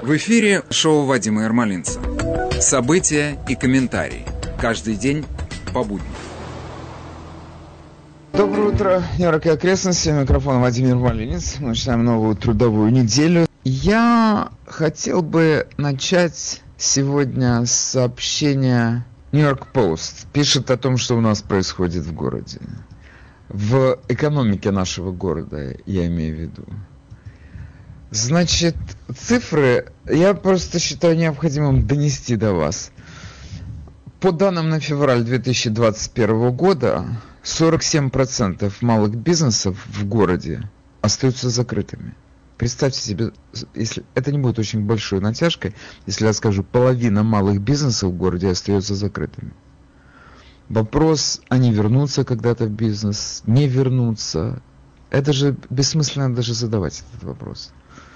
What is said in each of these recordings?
В эфире шоу Вадима Ермолинца. События и комментарии. Каждый день по будням. Доброе утро, Нью-Йорк и окрестности. Микрофон Вадим Ермолинец. Мы начинаем новую трудовую неделю. Я хотел бы начать сегодня с сообщения Нью-Йорк Пост. Пишет о том, что у нас происходит в городе. В экономике нашего города, я имею в виду. Значит, цифры я просто считаю необходимым донести до вас. По данным на февраль 2021 года, 47% малых бизнесов в городе остаются закрытыми. Представьте себе, если это не будет очень большой натяжкой, если я скажу, половина малых бизнесов в городе остается закрытыми. Вопрос, они вернутся когда-то в бизнес, не вернутся. Это же бессмысленно даже задавать этот вопрос.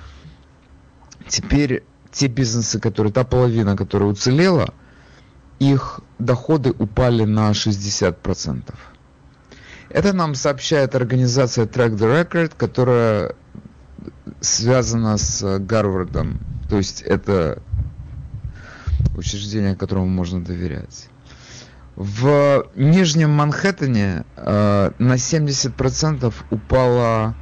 Теперь те бизнесы, та половина, которая уцелела, их доходы упали на 60%. Это нам сообщает организация Track the Record, которая связана с Гарвардом. То есть это учреждение, которому можно доверять. В Нижнем Манхэттене на 70% упало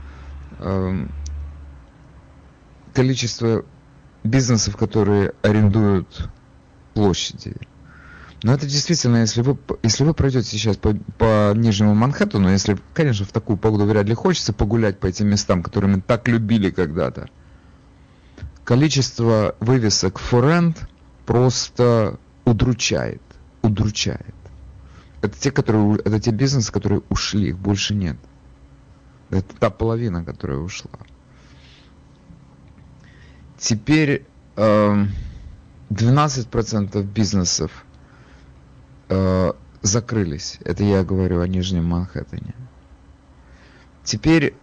количество бизнесов, которые арендуют площади. Но это действительно, если вы пройдете сейчас по Нижнему Манхэттену, если, конечно, в такую погоду вряд ли хочется погулять по этим местам, которые мы так любили когда-то, количество вывесок for rent просто удручает. Это те бизнесы, которые ушли, их больше нет. Это та половина, которая ушла. Теперь 12% бизнесов закрылись. Это я говорю о Нижнем Манхэттене. Теперь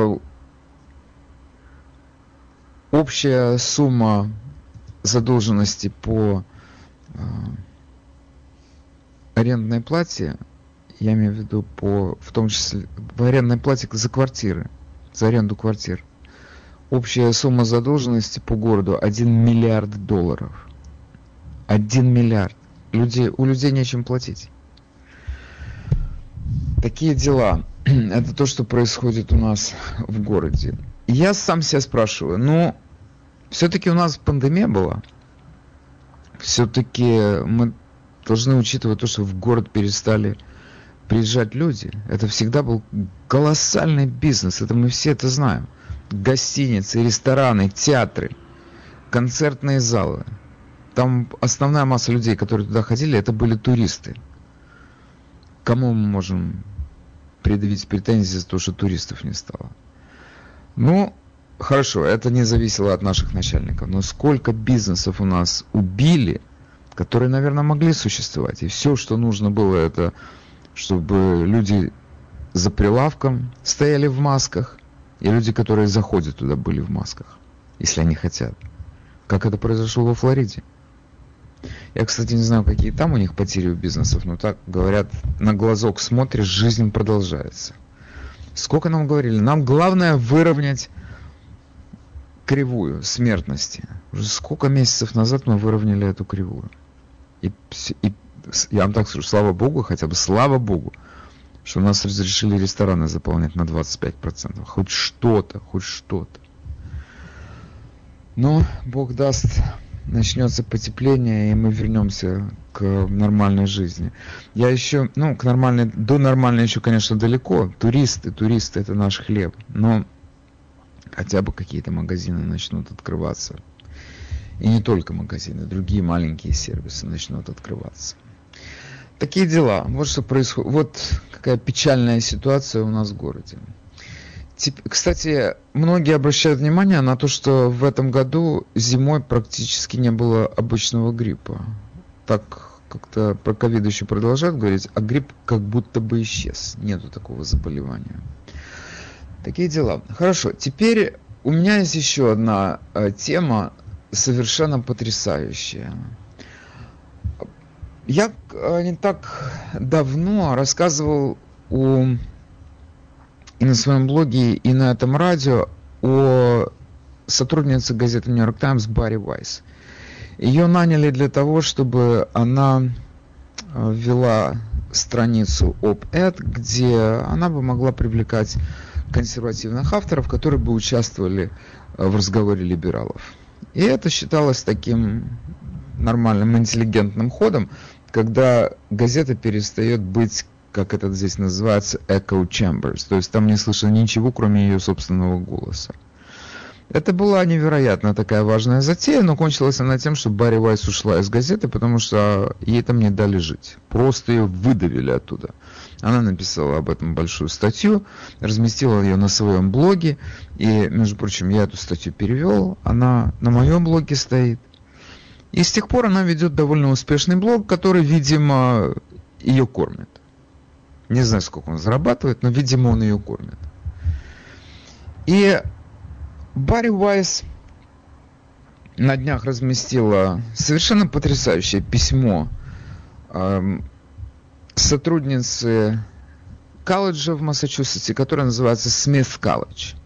общая сумма задолженности по арендной плате, я имею в виду в том числе в арендной плате за квартиры, за аренду квартир. Общая сумма задолженности по городу $1 миллиард. $1 миллиард. У людей нечем платить. Такие дела. Это то, что происходит у нас в городе. Я сам себя спрашиваю, все-таки у нас пандемия была. Все-таки мы должны учитывать то, что в город перестали приезжать люди. Это всегда был колоссальный бизнес. Мы все это знаем. Гостиницы, рестораны, театры, концертные залы. Там основная масса людей, которые туда ходили, это были туристы. Кому мы можем предъявить претензии за то, что туристов не стало? Хорошо, это не зависело от наших начальников. Но сколько бизнесов у нас убили, которые, наверное, могли существовать. И все, что нужно было, это чтобы люди за прилавком стояли в масках, и люди, которые заходят туда, были в масках, если они хотят. Как это произошло во Флориде. Я, кстати, не знаю, какие там у них потери у бизнесов, но так говорят, на глазок смотришь, жизнь продолжается. Сколько нам говорили? Нам главное выровнять кривую смертности. Уже сколько месяцев назад мы выровняли эту кривую. И я вам так скажу, слава богу, что у нас разрешили рестораны заполнять на 25%. Хоть что-то. Но Бог даст, начнется потепление, и мы вернемся к нормальной жизни. Я еще, до нормальной еще, конечно, далеко. Туристы, это наш хлеб. Но хотя бы какие-то магазины начнут открываться. И не только магазины, другие маленькие сервисы начнут открываться. Такие дела. Вот что происходит. Вот какая печальная ситуация у нас в городе. Кстати, многие обращают внимание на то, что в этом году зимой практически не было обычного гриппа. Так как-то про ковид еще продолжают говорить, а грипп как будто бы исчез. Нету такого заболевания. Такие дела. Хорошо, теперь у меня есть еще одна тема, совершенно потрясающая. Я не так давно рассказывал и на своем блоге, и на этом радио о сотрудница газеты New York Times Барри Вайс. Ее наняли для того, чтобы она вела страницу op-ed, где она бы могла привлекать консервативных авторов, которые бы участвовали в разговоре либералов. И это считалось таким нормальным, интеллигентным ходом, когда газета перестает быть, как это здесь называется, echo chambers, то есть там не слышно ничего, кроме ее собственного голоса. Это была невероятно такая важная затея, но кончилась она тем, что Барри Вайс ушла из газеты, потому что ей там не дали жить. Просто ее выдавили оттуда. Она написала об этом большую статью, разместила ее на своем блоге, и, между прочим, я эту статью перевел, она на моем блоге стоит. И с тех пор она ведет довольно успешный блог, который, видимо, ее кормит. Не знаю, сколько он зарабатывает, но, видимо, он ее кормит. И Барри Вайс на днях разместила совершенно потрясающее письмо сотрудницы колледжа в Массачусетсе, которое называется Смит колледж.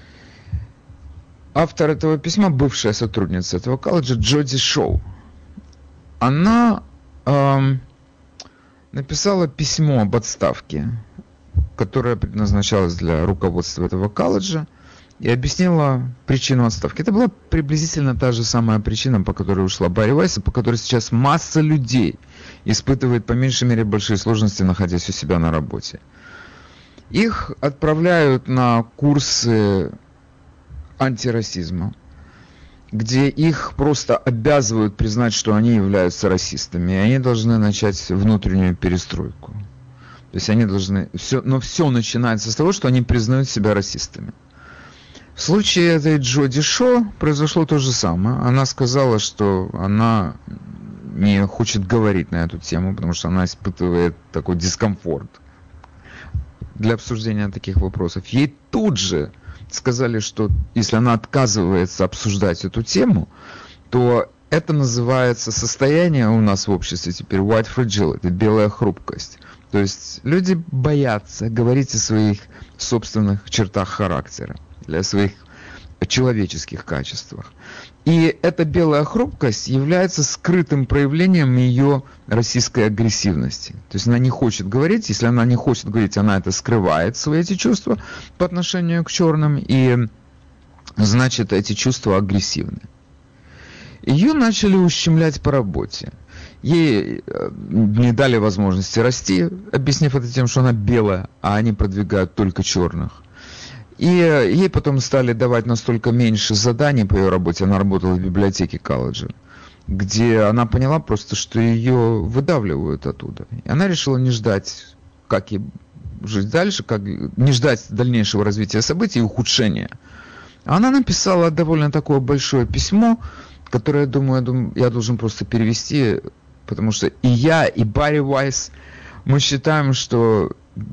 Автор этого письма, бывшая сотрудница этого колледжа, Джоди Шоу. Она написала письмо об отставке, которое предназначалось для руководства этого колледжа, и объяснила причину отставки. Это была приблизительно та же самая причина, по которой ушла Барри Вайс, и по которой сейчас масса людей испытывает по меньшей мере большие сложности, находясь у себя на работе. Их отправляют на курсы антирасизма, где их просто обязывают признать, что они являются расистами, и они должны начать внутреннюю перестройку. То есть они должны... Но все начинается с того, что они признают себя расистами. В случае этой Джоди Шо произошло то же самое. Она сказала, что она не хочет говорить на эту тему, потому что она испытывает такой дискомфорт для обсуждения таких вопросов. Ей тут же сказали, что если она отказывается обсуждать эту тему, то это называется состояние у нас в обществе теперь white fragility, белая хрупкость. То есть люди боятся говорить о своих собственных чертах характера, для своих человеческих качествах. И эта белая хрупкость является скрытым проявлением ее российской агрессивности. То есть она не хочет говорить, если она не хочет говорить, она это скрывает, свои эти чувства по отношению к черным, и значит эти чувства агрессивны. Ее начали ущемлять по работе. Ей не дали возможности расти, объяснив это тем, что она белая, а они продвигают только черных. И ей потом стали давать настолько меньше заданий по ее работе. Она работала в библиотеке колледжа, где она поняла просто, что ее выдавливают оттуда. И она решила не ждать, как ей жить дальше, не ждать дальнейшего развития событий и ухудшения. Она написала довольно такое большое письмо, которое, я думаю, я должен просто перевести, потому что и я, и Барри Вайс, мы считаем, что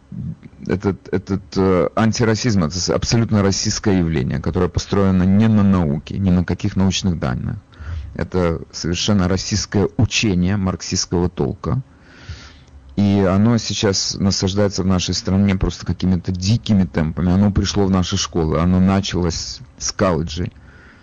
этот антирасизм — это абсолютно российское явление, которое построено не на науке, ни на каких научных данных. Это совершенно российское учение марксистского толка. И оно сейчас насаждается в нашей стране просто какими-то дикими темпами. Оно пришло в наши школы, оно началось с колледжей.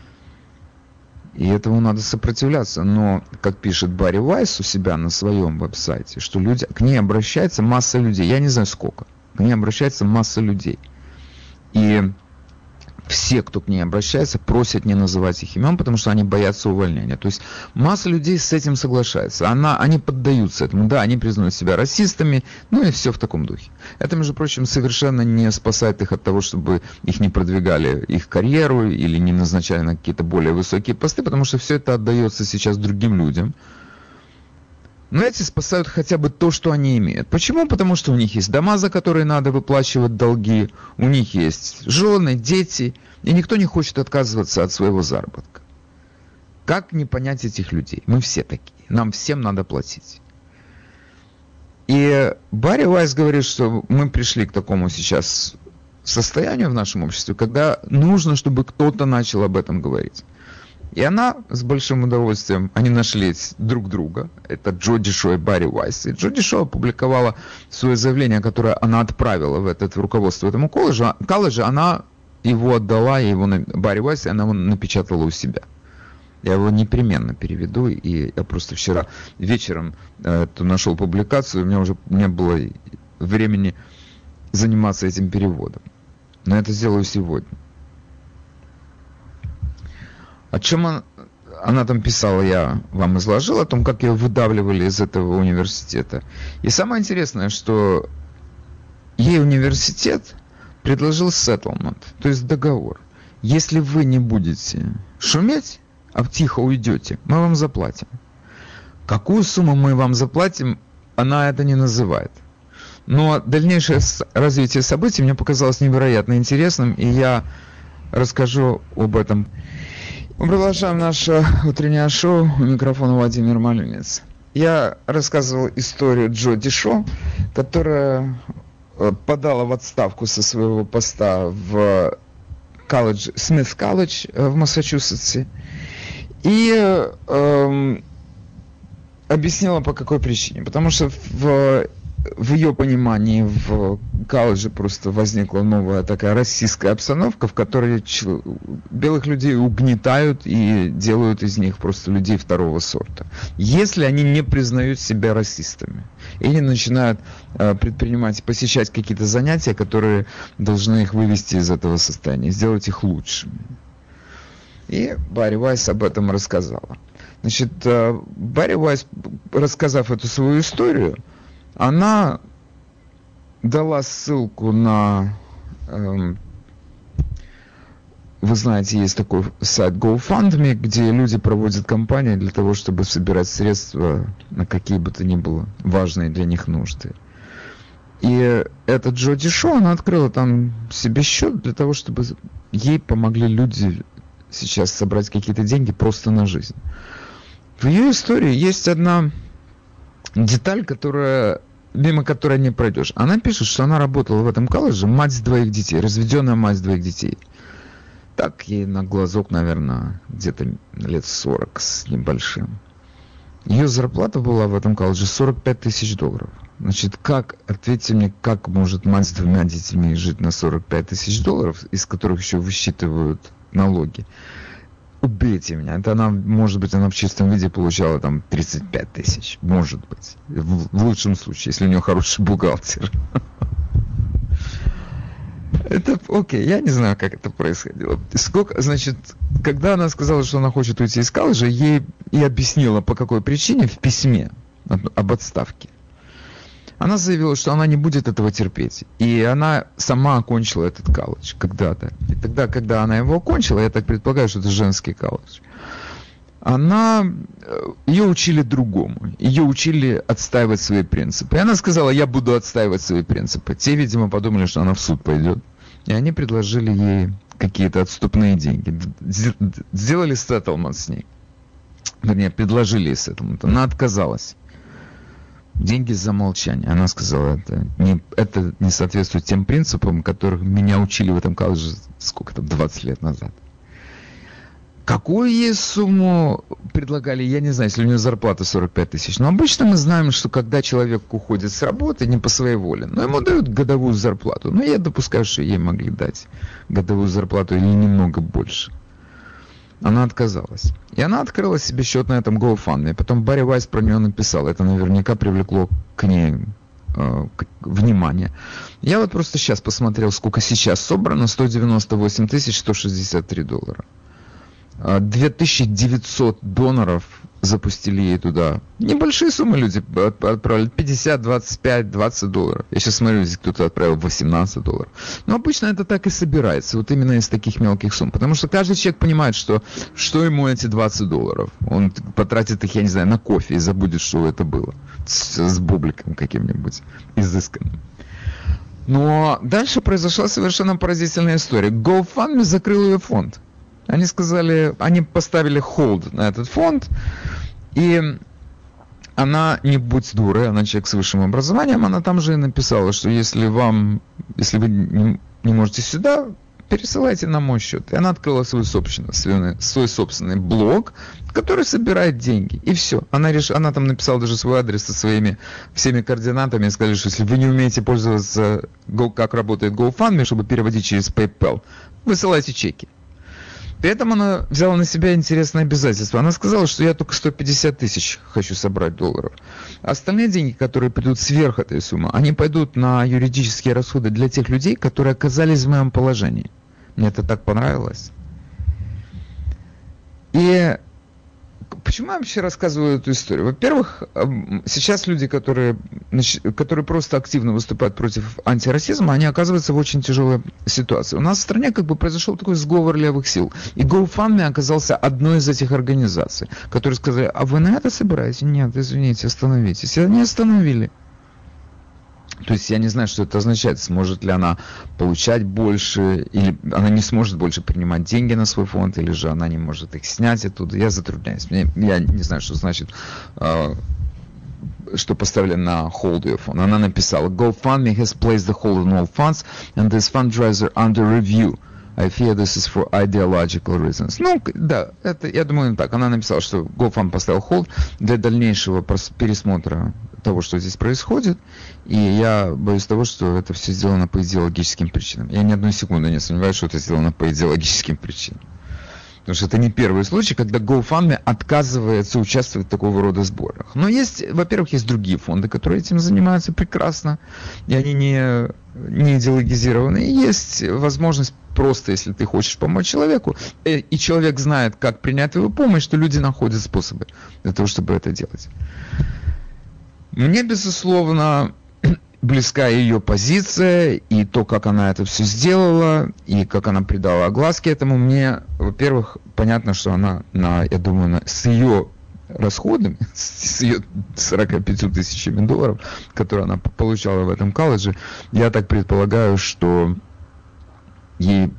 И этому надо сопротивляться. Но, как пишет Барри Вайс у себя на своем веб-сайте, что к ней обращается масса людей. Я не знаю сколько. К ней обращается масса людей. И все, кто к ней обращается, просят не называть их имен, потому что они боятся увольнения. То есть масса людей с этим соглашается. Они поддаются этому. Да, они признают себя расистами, ну и все в таком духе. Это, между прочим, совершенно не спасает их от того, чтобы их не продвигали их карьеру или не назначали на какие-то более высокие посты, потому что все это отдается сейчас другим людям. Но эти спасают хотя бы то, что они имеют. Почему? Потому что у них есть дома, за которые надо выплачивать долги, у них есть жены, дети, и никто не хочет отказываться от своего заработка. Как не понять этих людей? Мы все такие, нам всем надо платить. И Барри Вайс говорит, что мы пришли к такому сейчас состоянию в нашем обществе, когда нужно, чтобы кто-то начал об этом говорить. И она с большим удовольствием, они нашли друг друга, это Джоди Шо и Барри Вайс. И Джоди Шо опубликовала свое заявление, которое она отправила в руководство этому колледжа. Она его отдала, Барри Вайс, и она его напечатала у себя. Я его непременно переведу, и я просто вчера вечером нашел публикацию, у меня уже не было времени заниматься этим переводом. Но это сделаю сегодня. О чем она там писала, я вам изложил, о том, как ее выдавливали из этого университета. И самое интересное, что ей университет предложил settlement, то есть договор. Если вы не будете шуметь, а тихо уйдете, мы вам заплатим. Какую сумму мы вам заплатим, она это не называет. Но дальнейшее развитие событий мне показалось невероятно интересным, и я расскажу об этом. Мы продолжаем наше утреннее шоу. У микрофона Владимир Малинец. Я рассказывал историю Джоди Шо, которая подала в отставку со своего поста в колледж, Смит колледж в Массачусетсе, и объяснила, по какой причине. Потому что в ее понимании в колледже просто возникла новая такая расистская обстановка, в которой белых людей угнетают и делают из них просто людей второго сорта. Если они не признают себя расистами и не начинают предпринимать, посещать какие-то занятия, которые должны их вывести из этого состояния, сделать их лучшими. И Барри Вайс об этом рассказала. Значит, Барри Вайс, рассказав эту свою историю, она дала ссылку на, вы знаете, есть такой сайт GoFundMe, где люди проводят кампании для того, чтобы собирать средства на какие бы то ни было важные для них нужды. И эта Джоди Шо, она открыла там себе счет для того, чтобы ей помогли люди сейчас собрать какие-то деньги просто на жизнь. В ее истории есть одна деталь, мимо которой не пройдешь. Она пишет, что она работала в этом колледже, мать двоих детей, разведенная мать двоих детей. Так ей на глазок, наверное, где-то лет 40 с небольшим. Ее зарплата была в этом колледже $45 тысяч. Значит, ответьте мне, как может мать с двумя детьми жить на $45 тысяч, из которых еще высчитывают налоги? Убейте меня. Это она, может быть, она в чистом виде получала там 35 тысяч. Может быть. В лучшем случае, если у нее хороший бухгалтер. Это окей, я не знаю, как это происходило. Значит, когда она сказала, что она хочет уйти из колледжа, ей и объяснила, по какой причине в письме об отставке. Она заявила, что она не будет этого терпеть. И она сама окончила этот колледж когда-то. И тогда, когда она его окончила, я так предполагаю, что это женский колледж, ее учили другому. Ее учили отстаивать свои принципы. И она сказала, я буду отстаивать свои принципы. Те, видимо, подумали, что она в суд пойдет. И они предложили ей какие-то отступные деньги. Сделали сеттlemент с ней. Вернее, предложили ей сеттlemент. Она отказалась. Деньги за молчание. Она сказала, это не соответствует тем принципам, которых меня учили в этом колледже, 20 лет назад. Какую ей сумму предлагали, я не знаю, если у нее зарплата 45 тысяч. Но обычно мы знаем, что когда человек уходит с работы, не по своей воле, но ему дают годовую зарплату. Но я допускаю, что ей могли дать годовую зарплату или немного больше. Она отказалась. И она открыла себе счет на этом GoFundMe. Потом Барри Вайс про нее написал. Это наверняка привлекло к ней внимание. Я вот просто сейчас посмотрел, сколько сейчас собрано. $198 163. $2900 запустили ей туда. Небольшие суммы люди отправили. 50, 25, $20. Я сейчас смотрю, здесь кто-то отправил $18. Но обычно это так и собирается. Вот именно из таких мелких сумм. Потому что каждый человек понимает, что ему эти $20. Он потратит их, я не знаю, на кофе и забудет, что это было. С бубликом каким-нибудь изысканным. Но дальше произошла совершенно поразительная история. GoFundMe закрыл ее фонд. Они поставили холд на этот фонд, и она, не будь дурой, она человек с высшим образованием, она там же и написала, что если вы не можете сюда пересылайте на мой счет. И она открыла свой собственный блог, который собирает деньги. И все. Она там написала даже свой адрес со своими всеми координатами и сказали, что если вы не умеете пользоваться, как работает GoFundMe, чтобы переводить через PayPal, высылайте чеки. При этом она взяла на себя интересное обязательство. Она сказала, что я только 150 тысяч хочу собрать долларов. Остальные деньги, которые придут сверх этой суммы, они пойдут на юридические расходы для тех людей, которые оказались в моем положении. Мне это так понравилось. И почему я вообще рассказываю эту историю? Во-первых, сейчас люди, которые просто активно выступают против антирасизма, они оказываются в очень тяжелой ситуации. У нас в стране как бы произошел такой сговор левых сил. И GoFundMe оказался одной из этих организаций, которые сказали, а вы на это собираетесь? Нет, извините, остановитесь. И они остановили. То есть я не знаю, что это означает. Сможет ли она получать больше, или она не сможет больше принимать деньги на свой фонд, или же она не может их снять оттуда. Я затрудняюсь. Я не знаю, что значит, что поставили на hold ее фонд. Она написала, GoFundMe has placed the hold on all funds, and this fundraiser under review. I fear this is for ideological reasons. Ну, да, это, я думаю, так. Она написала, что GoFundMe поставил hold для дальнейшего пересмотра того, что здесь происходит. И я боюсь того, что это все сделано по идеологическим причинам. Я ни одной секунды не сомневаюсь, что это сделано по идеологическим причинам. Потому что это не первый случай, когда GoFundMe отказывается участвовать в такого рода сборах. Но есть, во-первых, есть другие фонды, которые этим занимаются прекрасно, и они не идеологизированы. И есть возможность просто, если ты хочешь помочь человеку, и человек знает, как принять твою помощь, что люди находят способы для того, чтобы это делать. Мне, безусловно, близка ее позиция, и то, как она это все сделала, и как она придала огласке этому. Мне, во-первых, понятно, что она, я думаю, с ее расходами, с ее 45 тысячами долларов, которые она получала в этом колледже, я так предполагаю, что ей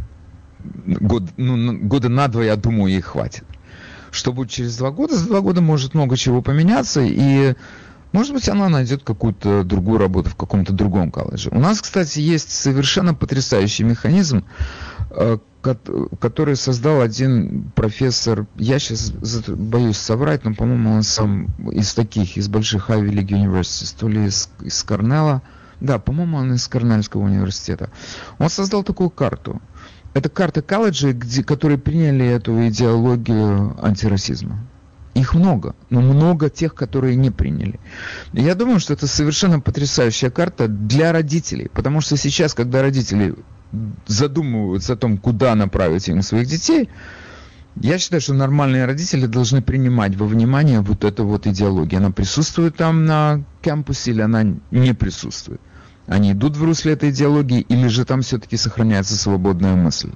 года на 2, я думаю, ей хватит. Что будет через 2 года? За 2 года может много чего поменяться, и может быть, она найдет какую-то другую работу в каком-то другом колледже. У нас, кстати, есть совершенно потрясающий механизм, который создал один профессор, я сейчас боюсь соврать, но, по-моему, он сам из больших Ivy League Universities, то ли из Корнелла, да, по-моему, он из Корнельского университета. Он создал такую карту. Это карта колледжей, которые приняли эту идеологию антирасизма. Их много, но много тех, которые не приняли. Я думаю, что это совершенно потрясающая карта для родителей, потому что сейчас, когда родители задумываются о том, куда направить им своих детей, я считаю, что нормальные родители должны принимать во внимание вот эту вот идеологию. Она присутствует там на кампусе или она не присутствует. Они идут в русле этой идеологии или же там все-таки сохраняется свободная мысль.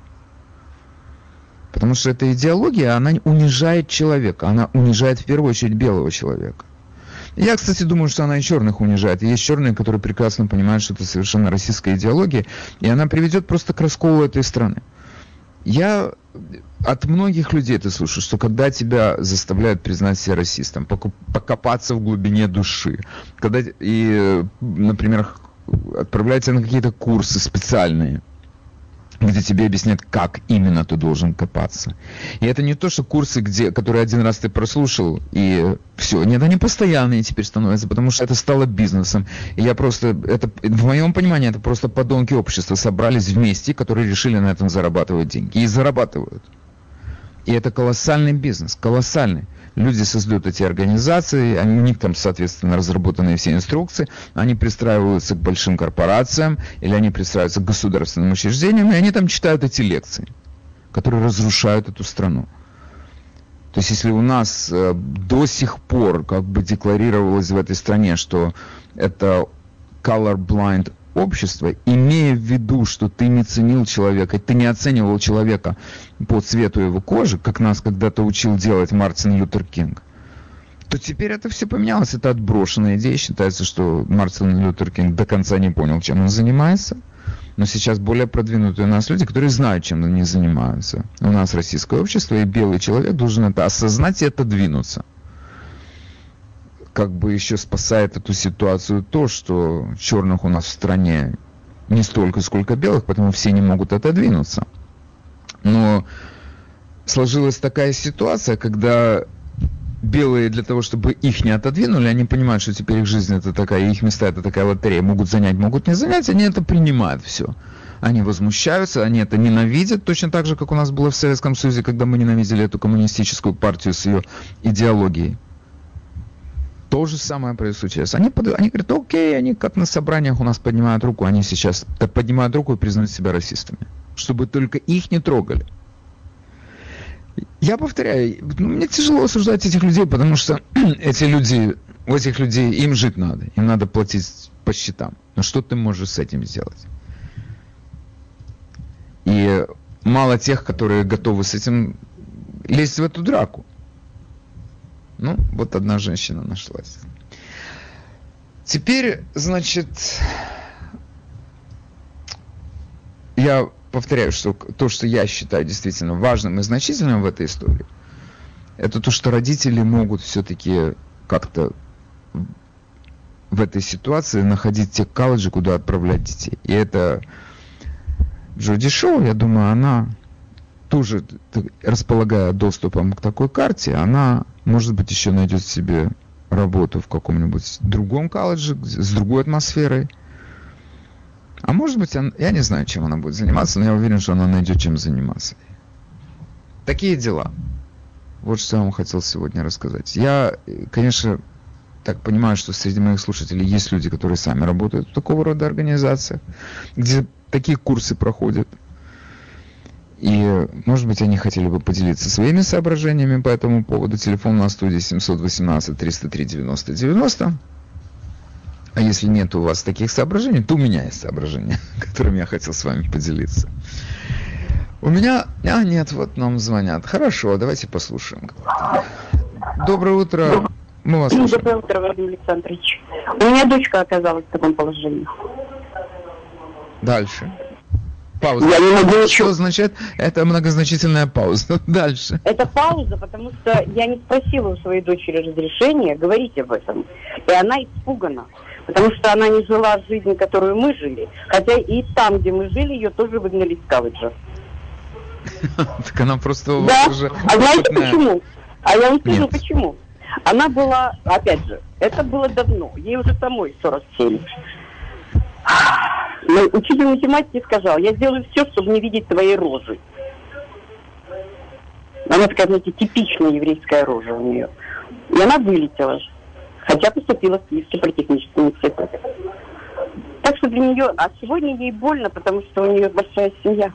Потому что эта идеология, она унижает человека. Она унижает в первую очередь белого человека. Я, кстати, думаю, что она и черных унижает. Есть черные, которые прекрасно понимают, что это совершенно расистская идеология, и она приведет просто к расколу этой страны. Я от многих людей это слышу, что когда тебя заставляют признать себя расистом, покопаться в глубине души, когда, например, отправляют тебя на какие-то курсы специальные, где тебе объясняют, как именно ты должен копаться. И это не то, что курсы, которые один раз ты прослушал, и все. Нет, они постоянные теперь становятся, потому что это стало бизнесом. И в моем понимании, это просто подонки общества собрались вместе, которые решили на этом зарабатывать деньги. И зарабатывают. И это колоссальный бизнес, колоссальный. Люди создают эти организации, у них там, соответственно, разработаны все инструкции, они пристраиваются к большим корпорациям, или они пристраиваются к государственным учреждениям, и они там читают эти лекции, которые разрушают эту страну. То есть, если у нас до сих пор как бы декларировалось в этой стране, что это colorblind общество, имея в виду, что ты не ценил человека, ты не оценивал человека по цвету его кожи, как нас когда-то учил делать Мартин Лютер Кинг, то теперь это все поменялось. Это отброшенная идея. Считается, что Мартин Лютер Кинг до конца не понял, чем он занимается. Но сейчас более продвинутые у нас люди, которые знают, чем они занимаются. У нас российское общество, и белый человек должен это осознать и отодвинуться. Как бы еще спасает эту ситуацию то, что черных у нас в стране не столько, сколько белых, поэтому все не могут отодвинуться. Но сложилась такая ситуация, когда белые для того, чтобы их не отодвинули, они понимают, что теперь их жизнь это такая, их места это такая лотерея, могут занять, могут не занять, они это принимают все. Они возмущаются, они это ненавидят, точно так же, как у нас было в Советском Союзе, когда мы ненавидели эту коммунистическую партию с ее идеологией. То же самое происходит сейчас. Они говорят, окей, они как на собраниях у нас поднимают руку, они сейчас поднимают руку и признают себя расистами, чтобы только их не трогали. Я повторяю, мне тяжело осуждать этих людей, потому что у этих людей им жить надо, им надо платить по счетам. Но что ты можешь с этим сделать? И мало тех, которые готовы с этим лезть в эту драку. Ну, вот одна женщина нашлась. Теперь, значит, я повторяю, что то, что я считаю действительно важным и значительным в этой истории, это то, что родители могут все-таки как-то в этой ситуации находить те колледжи, куда отправлять детей. И это Джоди Шоу, я думаю, она тоже, располагая доступом к такой карте, она, может быть, еще найдет себе работу в каком-нибудь другом колледже, с другой атмосферой. А может быть, я не знаю, чем она будет заниматься, но я уверен, что она найдет чем заниматься. Такие дела. Вот что я вам хотел сегодня рассказать. Я, конечно, так понимаю, что среди моих слушателей есть люди, которые сами работают в такого рода организациях, где такие курсы проходят. И, может быть, они хотели бы поделиться своими соображениями по этому поводу. Телефон на студии 718-303-90-90. А если нет у вас таких соображений, то у меня есть соображения, которыми я хотел с вами поделиться. У меня... нет, вот нам звонят. Хорошо, давайте послушаем. Доброе утро. Мы вас слушаем. Доброе утро, Владимир Александрович. У меня дочка оказалась в таком положении. Дальше. Пауза. Я не могу ничего. Что означает? Это многозначительная пауза. Дальше. Это пауза, потому что я не спросила у своей дочери разрешения говорить об этом. И она испугана. Потому что она не жила жизнь, которую мы жили. Хотя и там, где мы жили, ее тоже выгнали из колледжа. Так она просто у вас уже... А знаете почему? А я вам скажу почему. Она была, опять же, это было давно. Ей уже самой 47. Но учитель математики сказал, я сделаю все, чтобы не видеть твоей рожи. Она такая, знаете, типичная еврейская рожа у нее. И она вылетела. Хотя поступила в Киевский политехнический институт. Так что для нее... А сегодня ей больно, потому что у нее большая семья.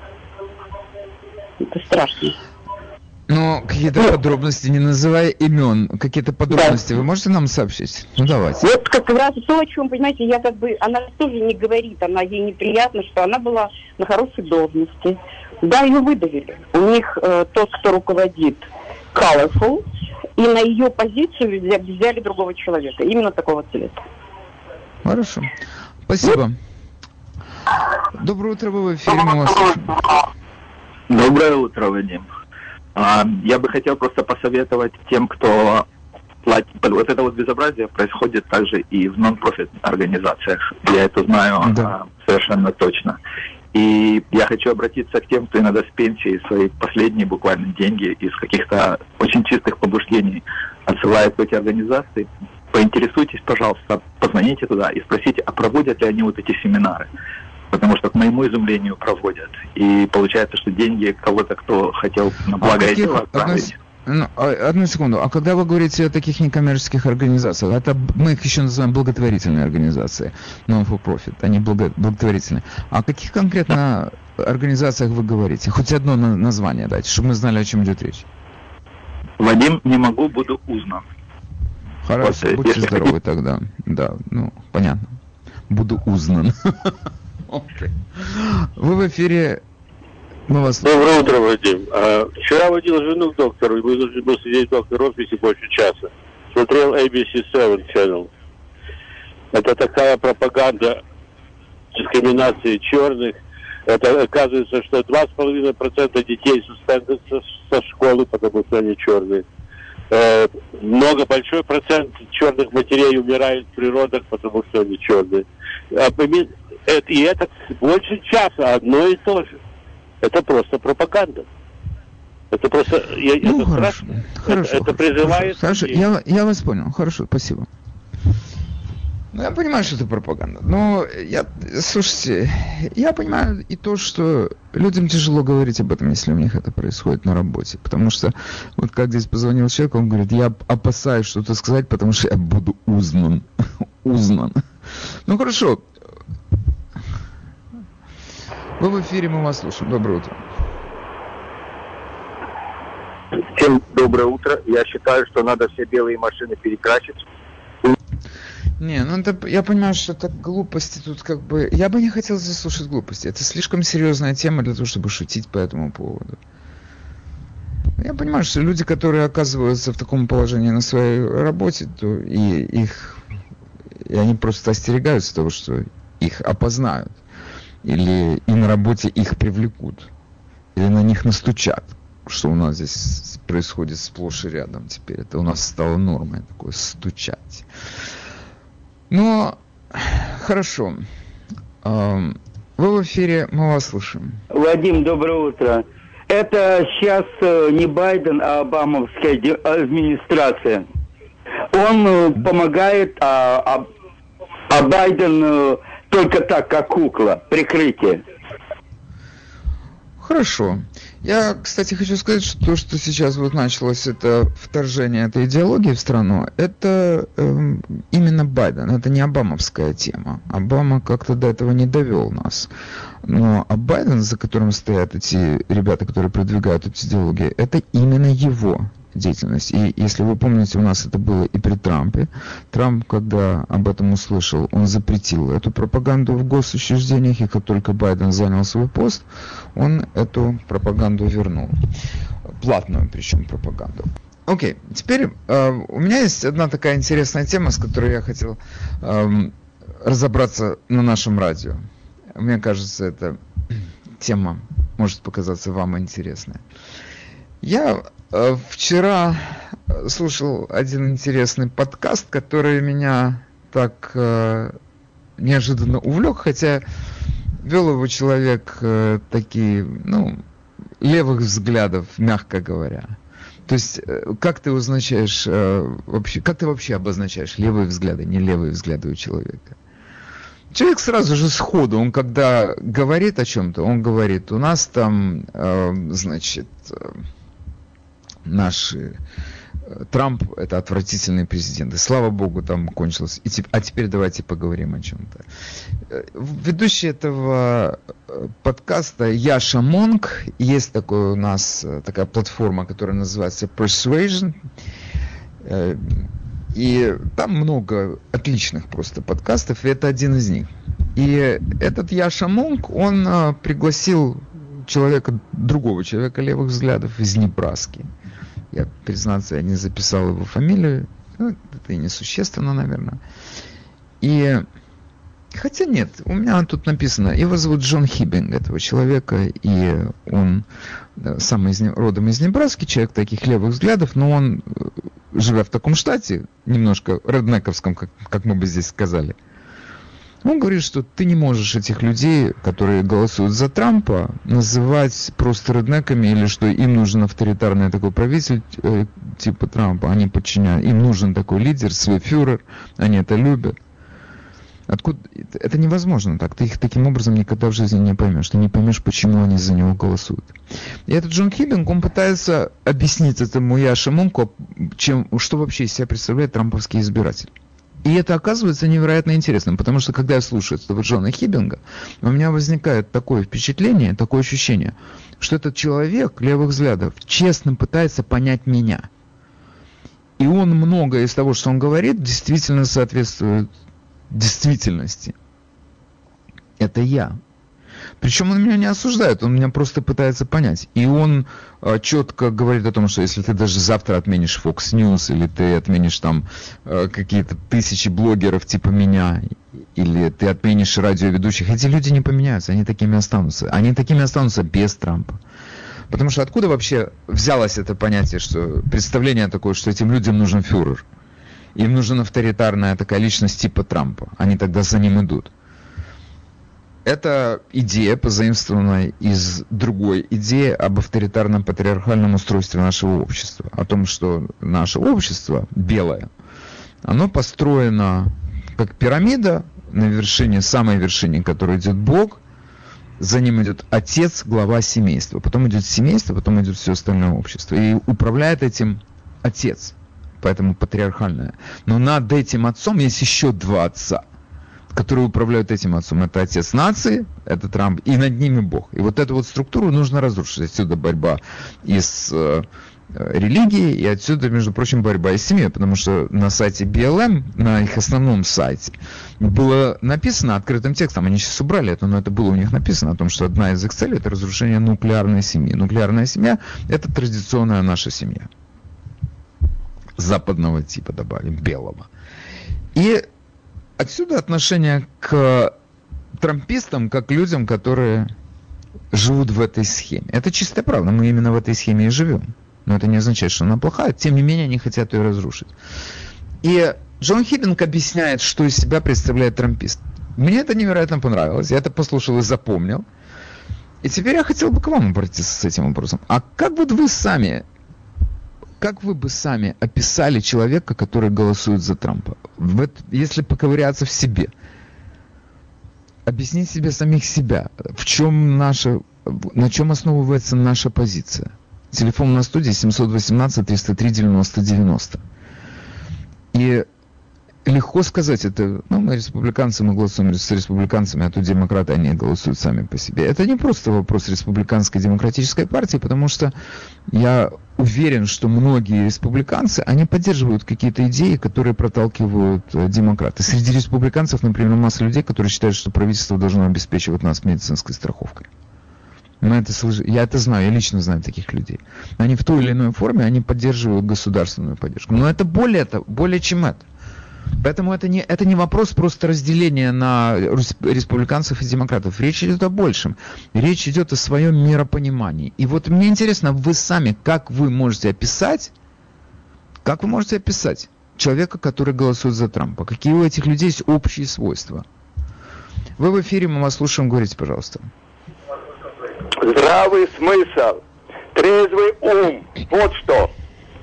Это страшно. Ну, какие-то подробности, не называя имен, какие-то подробности вы можете нам сообщить? Ну, давайте. Вот как раз то, о чем, понимаете, я как бы... Она тоже не говорит, ей неприятно, что она была на хорошей должности. Да, ее выдавили. У них тот, кто руководит Colorful, и на ее позицию взяли другого человека, именно такого цвета. Хорошо. Спасибо. Доброе утро, вы в эфире, мы вас слушаем. Доброе утро, Вадим. Я бы хотел просто посоветовать тем, кто платит... Вот это вот безобразие происходит также и в нон-профит организациях. Я это знаю совершенно точно. И я хочу обратиться к тем, кто иногда с пенсии свои последние буквально деньги из каких-то очень чистых побуждений отсылает в эти организации. Поинтересуйтесь, пожалуйста, позвоните туда и спросите, а проводят ли они вот эти семинары. Потому что, к моему изумлению, проводят. И получается, что деньги кого-то, кто хотел на благое дело отправить. Одну секунду. А когда вы говорите о таких некоммерческих организациях, это мы их еще называем благотворительные организации, non-for-profit, они благотворительные. А о каких конкретно организациях вы говорите? Хоть одно название дайте, чтобы мы знали, о чем идет речь. Вадим, не могу, буду узнан. Хорошо, вот, будьте здоровы тогда. Да, ну, понятно. Буду узнан. Вы в эфире. Мы вас... Доброе утро, Вадим. Вчера водил жену к доктору, и вынужден был сидеть в докторе офисе больше часа. Смотрел ABC7 Channel. Это такая пропаганда дискриминации черных. Это оказывается, что 2,5% детей суспендуются со школы, потому что они черные. Большой процент черных матерей умирает в природах, потому что они черные. И это больше часа одно и то же. Это просто пропаганда. Это просто... это хорошо. страшно. Хорошо. Это призывает... Хорошо, я вас понял. Хорошо, спасибо. Ну, я понимаю, что это пропаганда. Но, слушайте, я понимаю и то, что людям тяжело говорить об этом, если у них это происходит на работе. Потому что, вот как здесь позвонил человек, он говорит, я опасаюсь что-то сказать, потому что я буду узнан. Узнан. Ну, хорошо. Вы в эфире, мы вас слушаем. Доброе утро. Всем доброе утро. Я считаю, что надо все белые машины перекрасить. Не, ну это, я понимаю, что это глупости тут как бы... Я бы не хотел здесь слушать глупости. Это слишком серьезная тема для того, чтобы шутить по этому поводу. Я понимаю, что люди, которые оказываются в таком положении на своей работе, то и они просто остерегаются того, что их опознают. Или и на работе их привлекут. Или на них настучат. Что у нас здесь происходит сплошь и рядом теперь. Это у нас стало нормой такое стучать. Но хорошо. Вы в эфире, мы вас слушаем. Вадим, доброе утро. Это сейчас не Байден, а обамовская администрация. Он помогает, а Байден только так, как кукла, прикрытие. Хорошо. Я, кстати, хочу сказать, что то, что сейчас вот началось, это вторжение этой идеологии в страну, это именно Байден, это не обамовская тема. Обама как-то до этого не довел нас. Но Байден, за которым стоят эти ребята, которые продвигают эту идеологию, это именно его деятельность. И если вы помните, у нас это было и при Трампе. Трамп, когда об этом услышал, он запретил эту пропаганду в госучреждениях, и как только Байден занял свой пост, он эту пропаганду вернул. Платную, причем, пропаганду. Окей, теперь у меня есть одна такая интересная тема, с которой я хотел разобраться на нашем радио. Мне кажется, эта тема может показаться вам интересной. Я вчера слушал один интересный подкаст, который меня так неожиданно увлек, хотя вел его человек такие, левых взглядов, мягко говоря. То есть, как ты означаешь вообще, как ты вообще обозначаешь левые взгляды, не левые взгляды у человека? Человек сразу же сходу, он когда говорит о чем-то, он говорит, у нас там, Трамп – это отвратительный президент. И слава богу, там кончилось. А теперь давайте поговорим о чем-то. Ведущий этого подкаста Яша Монк. Есть такой у нас такая платформа, которая называется Persuasion. И там много отличных просто подкастов, и это один из них. И этот Яша Монк, он пригласил другого человека левых взглядов из Небраски. Я, признаться, я не записал его фамилию. Это и несущественно, наверное. И... Хотя нет, у меня тут написано, его зовут Джон Хиббинг, этого человека, и он сам родом из Небраски, человек таких левых взглядов, но он, живя в таком штате, немножко реднековском, как мы бы здесь сказали, он говорит, что ты не можешь этих людей, которые голосуют за Трампа, называть просто реднеками, или что им нужен авторитарный такой правитель типа Трампа, они подчиняют, им нужен такой лидер, свой фюрер, они это любят. Откуда? Это невозможно так. Ты их таким образом никогда в жизни не поймешь. Ты не поймешь, почему они за него голосуют. И этот Джон Хиббинг, он пытается объяснить этому Яше Монку, что вообще из себя представляет трамповский избиратель. И это оказывается невероятно интересным, потому что когда я слушаю этого Джона Хиббинга, у меня возникает такое впечатление, такое ощущение, что этот человек левых взглядов честно пытается понять меня. И он многое из того, что он говорит, действительно соответствует действительности. Это я. Причем он меня не осуждает, он меня просто пытается понять. И он четко говорит о том, что если ты даже завтра отменишь Fox News, или ты отменишь там какие-то тысячи блогеров типа меня, или ты отменишь радиоведущих, эти люди не поменяются, они такими останутся. Они такими останутся без Трампа. Потому что откуда вообще взялось это понятие, что представление такое, что этим людям нужен фюрер? Им нужна авторитарная такая личность типа Трампа. Они тогда за ним идут. Это идея, позаимствованная из другой идеи об авторитарном патриархальном устройстве нашего общества. О том, что наше общество, белое, оно построено как пирамида, на вершине, самой вершине, которой идет Бог, за ним идет отец, глава семейства, потом идет семейство, потом идет все остальное общество. И управляет этим отец, поэтому патриархальное. Но над этим отцом есть еще два отца, которые управляют этим отцом. Это отец нации, это Трамп, и над ними Бог. И вот эту вот структуру нужно разрушить. Отсюда борьба и с религией, и отсюда, между прочим, борьба и с семьей, потому что на сайте BLM, на их основном сайте, было написано открытым текстом, они сейчас убрали это, но это было у них написано, о том, что одна из их целей – это разрушение нуклеарной семьи. Нуклеарная семья – это традиционная наша семья. Западного типа, добавим, белого. И отсюда отношение к трампистам, как к людям, которые живут в этой схеме. Это чистая правда, мы именно в этой схеме и живем. Но это не означает, что она плохая. Тем не менее, они хотят ее разрушить. И Джон Хиддинг объясняет, что из себя представляет трампист. Мне это невероятно понравилось. Я это послушал и запомнил. И теперь я хотел бы к вам обратиться с этим вопросом. А как вот вы сами, как вы бы сами описали человека, который голосует за Трампа? Если поковыряться в себе. Объяснить себе самих себя. В чем наша, на чем основывается наша позиция? Телефон на студии 718-303-90-90. И легко сказать, это, мы республиканцы, мы голосуем с республиканцами, а тут демократы, они голосуют сами по себе. Это не просто вопрос республиканской демократической партии, потому что я уверен, что многие республиканцы, они поддерживают какие-то идеи, которые проталкивают демократы. Среди республиканцев, например, масса людей, которые считают, что правительство должно обеспечивать нас медицинской страховкой. Я это знаю, я лично знаю таких людей. Они в той или иной форме, они поддерживают государственную поддержку. Но это более чем это. Поэтому это не вопрос просто разделения на республиканцев и демократов. Речь идет о большем. Речь идет о своем миропонимании. И вот мне интересно, вы сами, как вы можете описать человека, который голосует за Трампа? Какие у этих людей есть общие свойства? Вы в эфире, мы вас слушаем, говорите, пожалуйста. Здравый смысл, трезвый ум, вот что.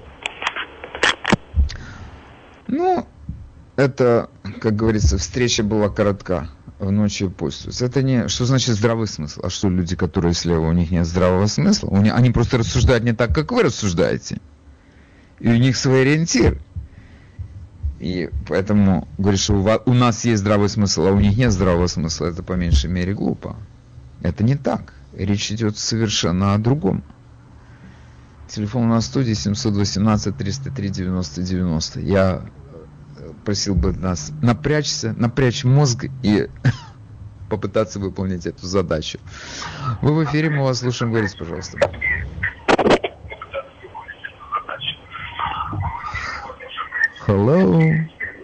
Это, как говорится, встреча была коротка, в ночью пусть. Это не, что значит здравый смысл? А что люди, которые слева, у них нет здравого смысла? Они просто рассуждают не так, как вы рассуждаете. И у них свой ориентир. И поэтому говорить, что у нас есть здравый смысл, а у них нет здравого смысла, это по меньшей мере глупо. Это не так. Речь идет совершенно о другом. Телефон на студии 718-303-90-90. Я просил бы нас напрячь мозг и попытаться выполнить эту задачу. Вы в эфире, мы вас слушаем. Говорите, пожалуйста. Hello.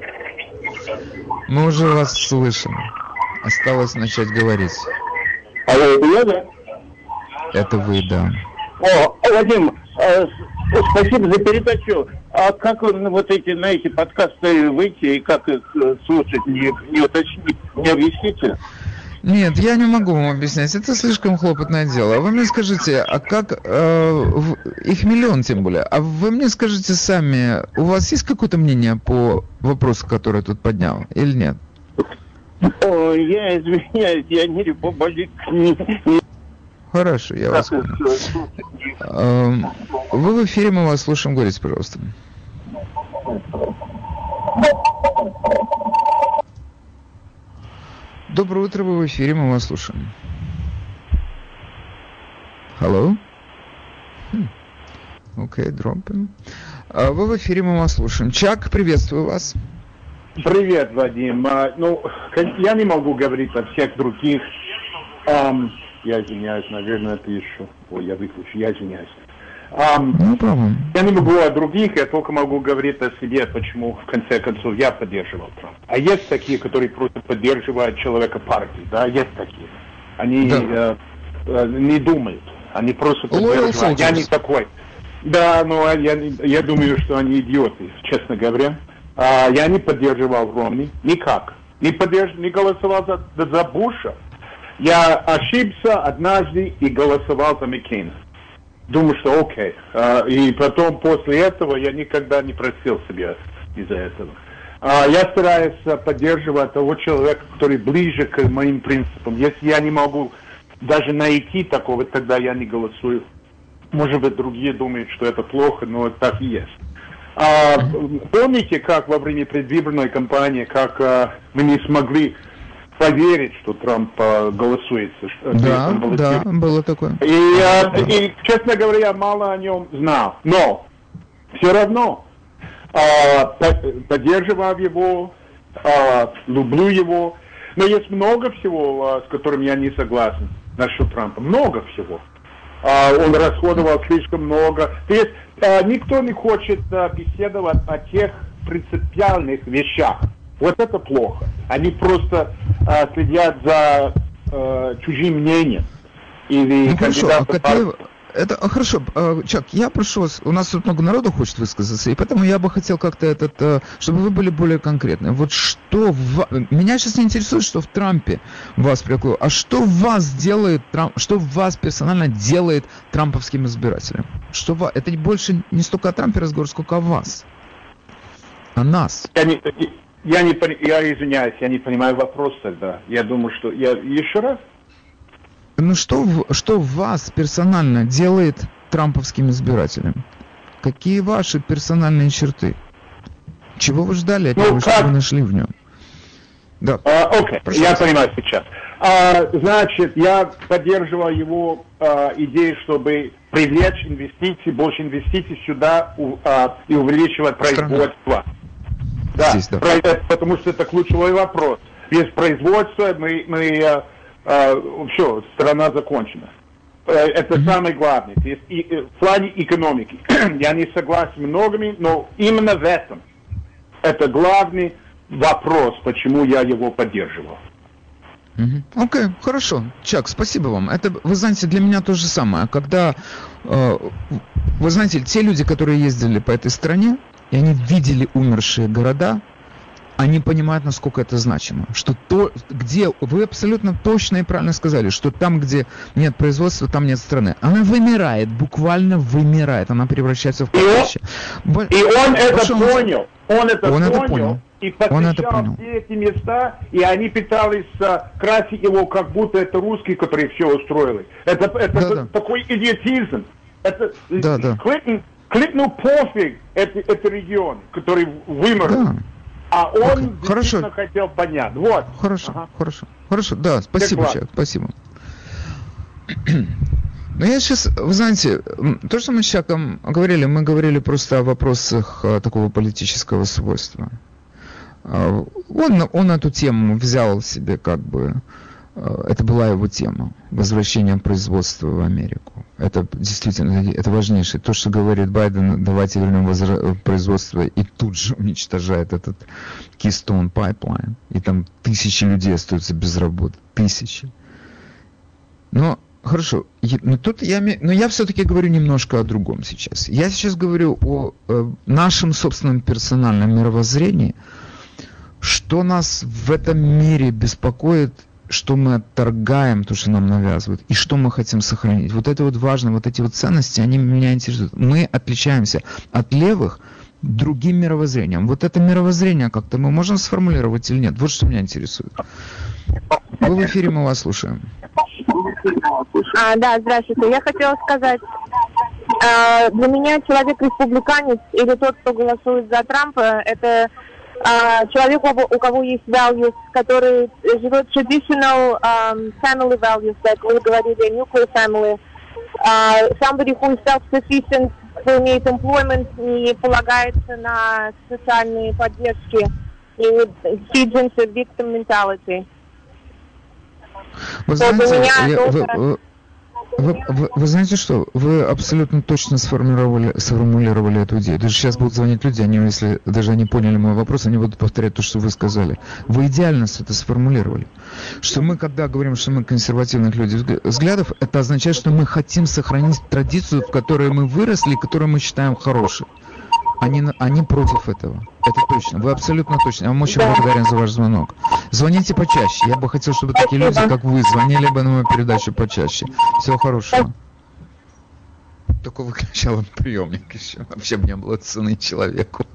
Мы уже вас слышим. Осталось начать говорить. Алло, это я, да? Это вы, да. Вадим, спасибо за передачу. А как на эти подкасты выйти и как их слушать, не объясните? Нет, я не могу вам объяснять. Это слишком хлопотное дело. А вы мне скажите, а как... их миллион тем более. А вы мне скажите сами, у вас есть какое-то мнение по вопросу, который я тут поднял, или нет? Я извиняюсь, я не републик. Хорошо, я вас понял. Вы в эфире, мы вас слушаем. Говорите, пожалуйста. Доброе утро, вы в эфире, мы вас слушаем. Hello? Окей, дропим. Вы в эфире, мы вас слушаем. Чак, приветствую вас. Привет, Вадим. Я не могу говорить о всех других. Я извиняюсь, наверное, это еще... я выключу, я извиняюсь. Я не могу о других, я только могу говорить о себе, почему, в конце концов, я поддерживал Трампа. А есть такие, которые просто поддерживают человека партии, да, есть такие. Они не думают, они просто поддерживают. Я не такой. Да, но я думаю, что они идиоты, честно говоря. Я не поддерживал Ромни, никак. Не голосовал за Буша. Я ошибся однажды и голосовал за Маккейна. Думаю, что окей. И потом, после этого, я никогда не простил себя из-за этого. Я стараюсь поддерживать того человека, который ближе к моим принципам. Если я не могу даже найти такого, тогда я не голосую. Может быть, другие думают, что это плохо, но так и есть. Помните, как во время предвыборной кампании, как мы не смогли поверить, что Трамп голосует? Да, было такое. И, честно говоря, я мало о нем знал. Но все равно поддерживаю его, люблю его. Но есть много всего, с которым я не согласен насчет Трампа. Много всего. Он расходовал слишком много. То есть никто не хочет беседовать о тех принципиальных вещах. Вот это плохо. Они просто следят за чужим мнением. Или хорошо, хорошо, Чак, я прошу вас, у нас тут много народу хочет высказаться, и поэтому я бы хотел как-то чтобы вы были более конкретны. Вот меня сейчас не интересует, что в Трампе вас привлекло, а что вас делает Трамп, что вас персонально делает трамповским избирателем? Это больше не столько о Трампе разговор, сколько о вас, о нас. Я извиняюсь, я не понимаю вопрос тогда. Я думаю, что еще раз. Ну что вас персонально делает трамповским избирателем? Какие ваши персональные черты? Чего вы ждали от него, что вы нашли в нем? Да. Окей, я понимаю сейчас. Значит, я поддерживаю его идею, чтобы привлечь инвестиции, больше инвестиций сюда и увеличивать производство. Да, здесь, да. Потому что это ключевой вопрос. Без производства все, страна закончена. Это самое главное. То есть, в плане экономики. Я не согласен с многими, но именно в этом. Это главный вопрос, почему я его поддерживал. Окей, хорошо. Чак, спасибо вам. Это, вы знаете, для меня то же самое. Когда, вы знаете, те люди, которые ездили по этой стране, и они видели умершие города, они понимают, насколько это значимо. Что где вы абсолютно точно и правильно сказали, что там, где нет производства, там нет страны. Она вымирает, буквально вымирает. Она превращается в кладбище. И он это понял. Он это понял. И посещал все эти места, и они пытались красить его, как будто это русские, которые все устроили. Это такой идиотизм. Кликнул пофиг это регион, который вымер. Да. А он действительно хотел понять. Вот. Хорошо. Да, спасибо, Чак, спасибо. Но я сейчас, вы знаете, то, что мы с Чаком говорили, мы говорили просто о вопросах такого политического свойства. Он эту тему взял себе как бы, это была его тема, возвращение производства в Америку. Это действительно, это важнейшее. То, что говорит Байден, давайте вернем производство, и тут же уничтожает этот Keystone Pipeline. И там тысячи людей остаются без работы. Тысячи. Но, хорошо, но я все-таки говорю немножко о другом сейчас. Я сейчас говорю о нашем собственном персональном мировоззрении, что нас в этом мире беспокоит, что мы отторгаем, то, что нам навязывают, и что мы хотим сохранить. Вот это вот важно, вот эти вот ценности, они меня интересуют. Мы отличаемся от левых другим мировоззрением. Вот это мировоззрение как-то мы можем сформулировать или нет? Вот что меня интересует. Вы в эфире, мы вас слушаем. Да, здравствуйте. Я хотела сказать, для меня человек-республиканец или тот, кто голосует за Трампа, это человек, у кого есть values, который живет traditional family values, как вы говорили, nuclear family, somebody who is self-sufficient, кто имеет employment, не полагается на социальные поддержки и feeds into victim mentality. Вы знаете, вы знаете что? Вы абсолютно точно сформулировали эту идею. Даже сейчас будут звонить люди, если даже они поняли мой вопрос, они будут повторять то, что вы сказали. Вы идеально это сформулировали. Что мы, когда говорим, что мы консервативных людей взглядов, это означает, что мы хотим сохранить традицию, в которой мы выросли, которую мы считаем хорошей. Они против этого. Это точно. Вы абсолютно точно. Я вам очень благодарен за ваш звонок. Звоните почаще. Я бы хотел, чтобы такие люди, как вы, звонили бы на мою передачу почаще. Всего хорошего. Только выключала приемник еще. Вообще бы не было цены человеку.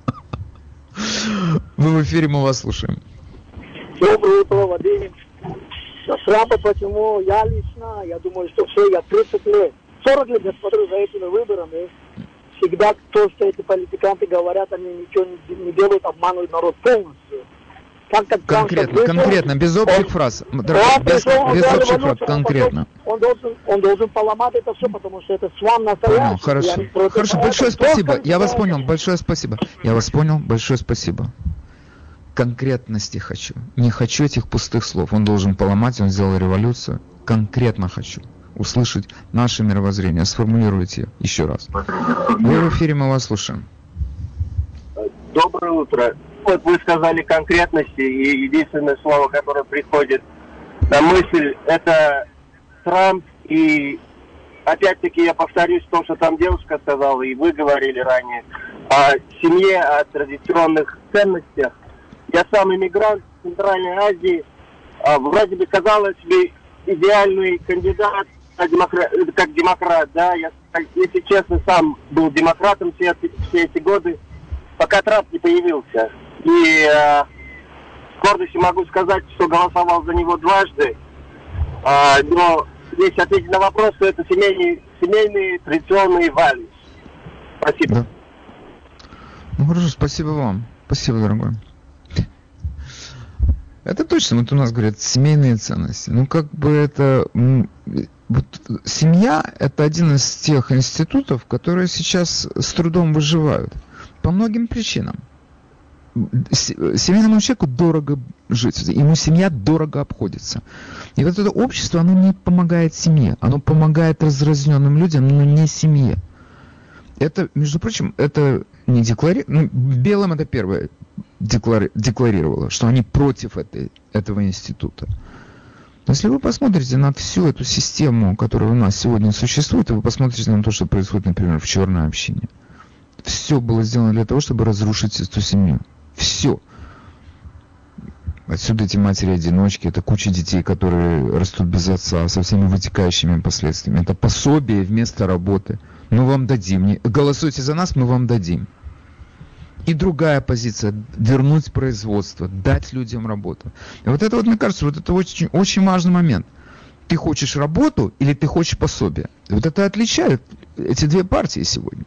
Вы в эфире, мы вас слушаем. Доброе утро, Вадим. Трампа почему? Я думаю, что все, я 30 лет, 40 лет я смотрю за этими выборами. Всегда то, что эти политиканты говорят, они ничего не делают, обманывают народ полностью. Конкретно, без общих фраз. Без общих фраз, конкретно. Он должен поломать это все, потому что это сван настоящий. Хорошо, большое спасибо. Я вас понял, большое спасибо. Большое спасибо. Конкретности хочу. Не хочу этих пустых слов. Он должен поломать, он сделал революцию. Конкретно хочу услышать наше мировоззрение. Сформулируйте еще раз. Вы в эфире, мы вас слушаем. Доброе утро. Вот вы сказали конкретности, и единственное слово, которое приходит на мысль, это Трамп. И опять-таки я повторюсь то, что там девушка сказала, и вы говорили ранее, о семье, о традиционных ценностях. Я сам иммигрант в Центральной Азии. Вроде бы казалось бы идеальный кандидат как демократ, да. Я, если честно, сам был демократом все эти годы, пока Трамп не появился. И с гордостью могу сказать, что голосовал за него дважды. Но если ответить на вопрос, то это семейные традиционные values. Спасибо. Да. Ну хорошо, спасибо вам. Спасибо, дорогой. Это точно, вот у нас говорят семейные ценности. Ну, как бы это... Вот, семья – это один из тех институтов, которые сейчас с трудом выживают. По многим причинам. Семейному человеку дорого жить. Ему семья дорого обходится. И вот это общество, оно не помогает семье. Оно помогает разразненным людям, но не семье. Это, между прочим, это не декларирует... Белым это первое декларировало, что они против этого института. Но если вы посмотрите на всю эту систему, которая у нас сегодня существует, и вы посмотрите на то, что происходит, например, в черной общине, все было сделано для того, чтобы разрушить эту семью. Все. Отсюда эти матери-одиночки, это куча детей, которые растут без отца, со всеми вытекающими последствиями. Это пособие вместо работы. Мы вам дадим. Голосуйте за нас, мы вам дадим. И другая позиция – вернуть производство, дать людям работу. И вот это вот, мне кажется, вот это очень, очень важный момент. Ты хочешь работу или ты хочешь пособие? И вот это отличает эти две партии сегодня.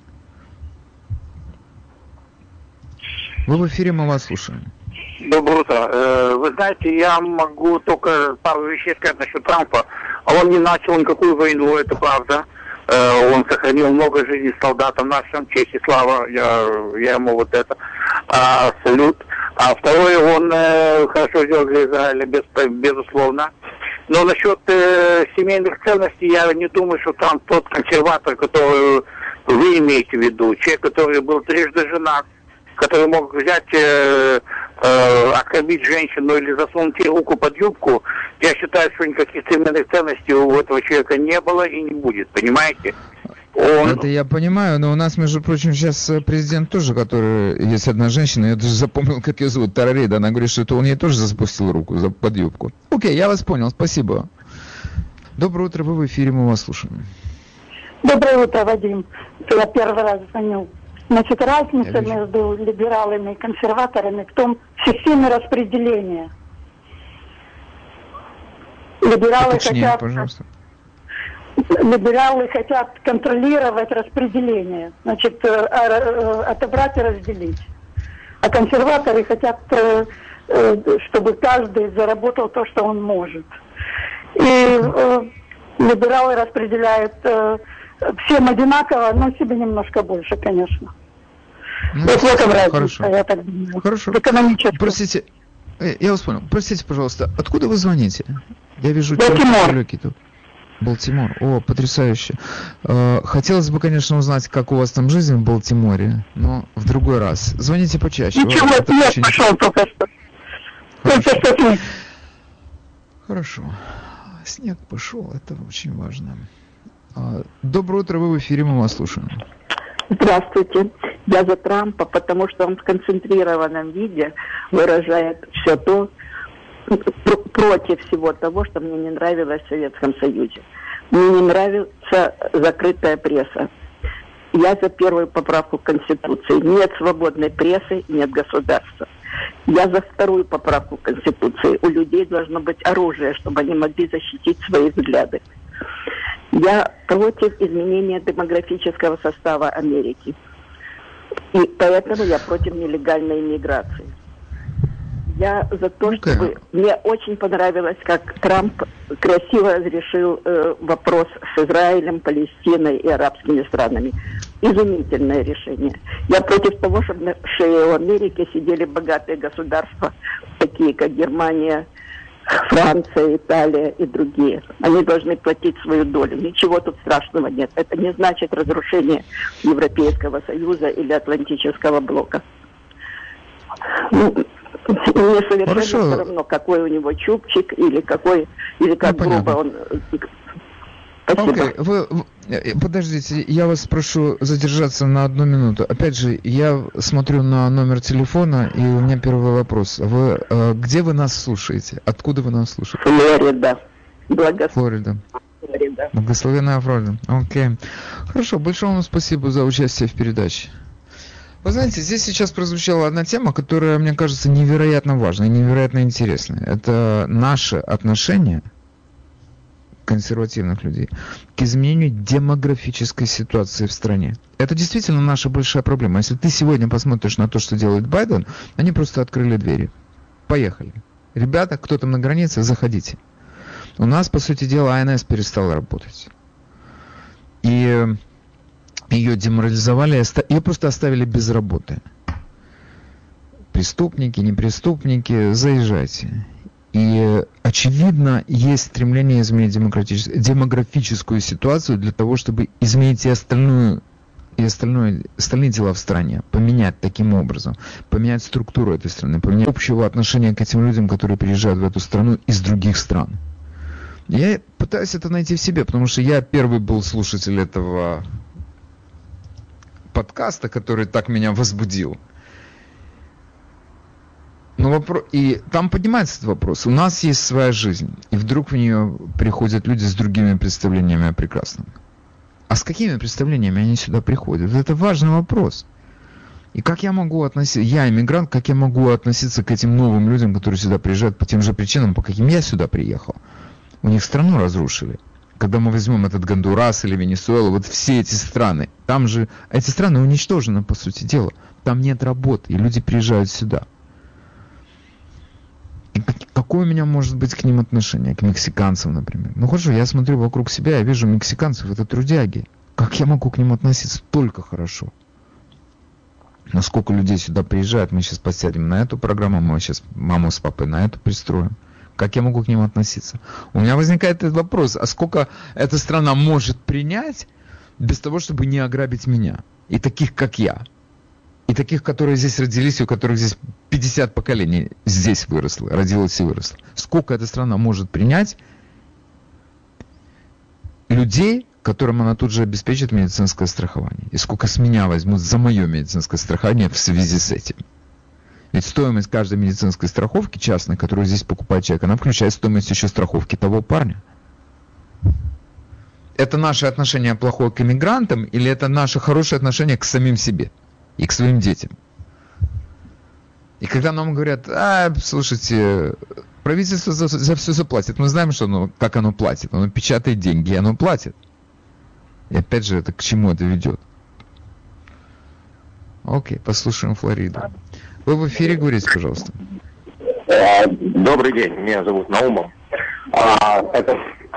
Вы в эфире, мы вас слушаем. Доброе утро. Вы знаете, я могу только пару вещей сказать насчет Трампа. Он не начал никакую войну, это правда. Он сохранил много жизней солдатам нашим, честь и слава, я ему вот это салют. А второе, он хорошо сделал для Израиля, безусловно. Но насчет семейных ценностей, я не думаю, что там тот консерватор, который вы имеете в виду, человек, который был трижды женат, который мог взять, оскорбить женщину или засунуть ей руку под юбку, я считаю, что никаких семейных ценностей у этого человека не было и не будет, понимаете? Это я понимаю, но у нас, между прочим, сейчас президент тоже, который, есть одна женщина, я даже запомнил, как ее зовут, Тарарида, она говорит, что это он ей тоже запустил руку под юбку. Окей, я вас понял, спасибо. Доброе утро, вы в эфире, мы вас слушаем. Доброе утро, Вадим. Я первый раз звонил. Значит, разница между либералами и консерваторами в том, в системе распределения. Либералы хотят контролировать распределение, значит, отобрать и разделить. А консерваторы хотят, чтобы каждый заработал то, что он может. И либералы распределяют всем одинаково, но себе немножко больше, конечно. Ну, вот в этом разница, хорошо. Я так думаю. Хорошо. Экономически. Простите, я вас понял. Простите, пожалуйста, откуда вы звоните? Я вижу... Балтимор. Балтимор. О, потрясающе. Хотелось бы, конечно, узнать, как у вас там жизнь в Балтиморе, но в другой раз. Звоните почаще. Ничего, снег пошел только что. Хорошо. Снег пошел, это очень важно. Доброе утро, вы в эфире, мы вас слушаем. Здравствуйте. Я за Трампа, потому что он в концентрированном виде выражает все то, против всего того, что мне не нравилось в Советском Союзе. Мне не нравится закрытая пресса. Я за первую поправку Конституции. Нет свободной прессы, нет государства. Я за вторую поправку Конституции. У людей должно быть оружие, чтобы они могли защитить свои взгляды. Я против изменения демографического состава Америки. И поэтому я против нелегальной иммиграции. Я за то, чтобы... Мне очень понравилось, как Трамп красиво разрешил вопрос с Израилем, Палестиной и арабскими странами. Изумительное решение. Я против того, чтобы на шее у Америки сидели богатые государства, такие как Германия, Франция, Италия и другие. Они должны платить свою долю. Ничего тут страшного нет. Это не значит разрушение Европейского Союза или Атлантического блока. Мне совершенно все равно, какой у него чубчик или как грубо он. Спасибо. Подождите, я вас прошу задержаться на 1 минуту. Опять же, я смотрю на номер телефона, и у меня первый вопрос. Где вы нас слушаете? Откуда вы нас слушаете? Флорида. Флорида. Благословенная Флорида. Окей. Хорошо, большое вам спасибо за участие в передаче. Вы знаете, здесь сейчас прозвучала одна тема, которая, мне кажется, невероятно важной, невероятно интересной. Это наше отношение консервативных людей к изменению демографической ситуации в стране. Это действительно наша большая проблема. Если ты сегодня посмотришь на то, что делает Байден, они просто открыли двери. Поехали. Ребята, кто там на границе, заходите. У нас, по сути дела, АНС перестала работать. И ее деморализовали, ее просто оставили без работы. Преступники, не преступники, заезжайте. И, очевидно, есть стремление изменить демографическую ситуацию для того, чтобы изменить остальные дела в стране, поменять таким образом, поменять структуру этой страны, поменять общего отношения к этим людям, которые приезжают в эту страну из других стран. Я пытаюсь это найти в себе, потому что я первый был слушатель этого подкаста, который так меня возбудил. И там поднимается этот вопрос. У нас есть своя жизнь, и вдруг в нее приходят люди с другими представлениями о прекрасном. А с какими представлениями они сюда приходят? Это важный вопрос. И как я могу относиться, я иммигрант, как я могу относиться к этим новым людям, которые сюда приезжают по тем же причинам, по каким я сюда приехал? У них страну разрушили. Когда мы возьмем этот Гондурас или Венесуэлу, вот все эти страны, там же эти страны уничтожены, по сути дела. Там нет работы, и люди приезжают сюда. И какое у меня может быть к ним отношение, к мексиканцам, например? Ну хорошо, я смотрю вокруг себя, я вижу мексиканцев, это трудяги. Как я могу к ним относиться только хорошо? Насколько людей сюда приезжает, мы сейчас посядем на эту программу, мы сейчас маму с папой на эту пристроим. Как я могу к ним относиться? У меня возникает этот вопрос, а сколько эта страна может принять без того, чтобы не ограбить меня? И таких, как я. И таких, которые здесь родились, у которых здесь 50 поколений здесь выросло, родилось и выросло. Сколько эта страна может принять людей, которым она тут же обеспечит медицинское страхование? И сколько с меня возьмут за мое медицинское страхование в связи с этим? Ведь стоимость каждой медицинской страховки частной, которую здесь покупает человек, она включает стоимость еще страховки того парня. Это наше отношение плохое к иммигрантам или это наше хорошее отношение к самим себе и к своим детям? И когда нам говорят, слушайте, правительство за все заплатит. Мы знаем, что как оно платит. Оно печатает деньги, и оно платит. И опять же, это к чему это ведет? Окей, послушаем Флориду. Вы в эфире, говорите, пожалуйста. Добрый день, меня зовут Наумов. Это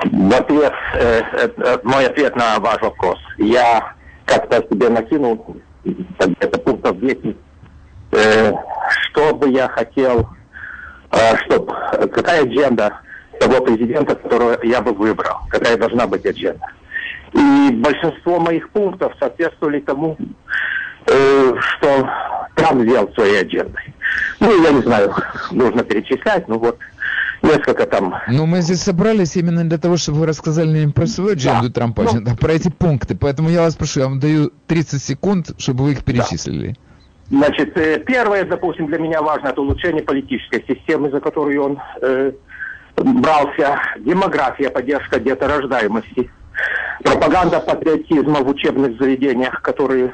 мой ответ на ваш вопрос. Я как-то себе накинул где-то пунктов 10, что бы я хотел, какая адженда того президента, которого я бы выбрал, какая должна быть адженда. И большинство моих пунктов соответствовали тому, что Трамп сделал своей аджендой. Ну, я не знаю, нужно перечислять, но вот несколько там... Но мы здесь собрались именно для того, чтобы вы рассказали им про свою адженду Трампа, про эти пункты. Поэтому я вас прошу, я вам даю 30 секунд, чтобы вы их перечислили. Значит, первое, допустим, для меня важно, это улучшение политической системы, за которую он брался, демография, поддержка деторождаемости, пропаганда патриотизма в учебных заведениях, которые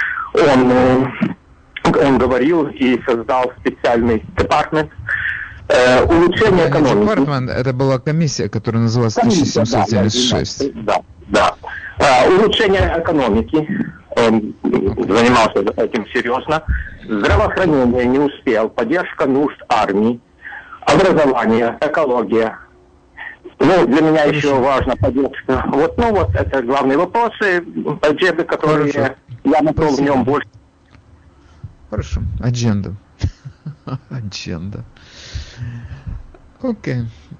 он говорил и создал специальный департамент, улучшение экономики. Департамент, это была комиссия, которая называлась 1776. Да. Улучшение экономики. Он занимался этим серьезно. Здравоохранение не успел. Поддержка нужд армии. Образование, экология. Ну, для меня еще важна поддержка. Вот это главные вопросы, адженды, которые я нашел в нем больше. Хорошо. Адженда. Адженда. Окей.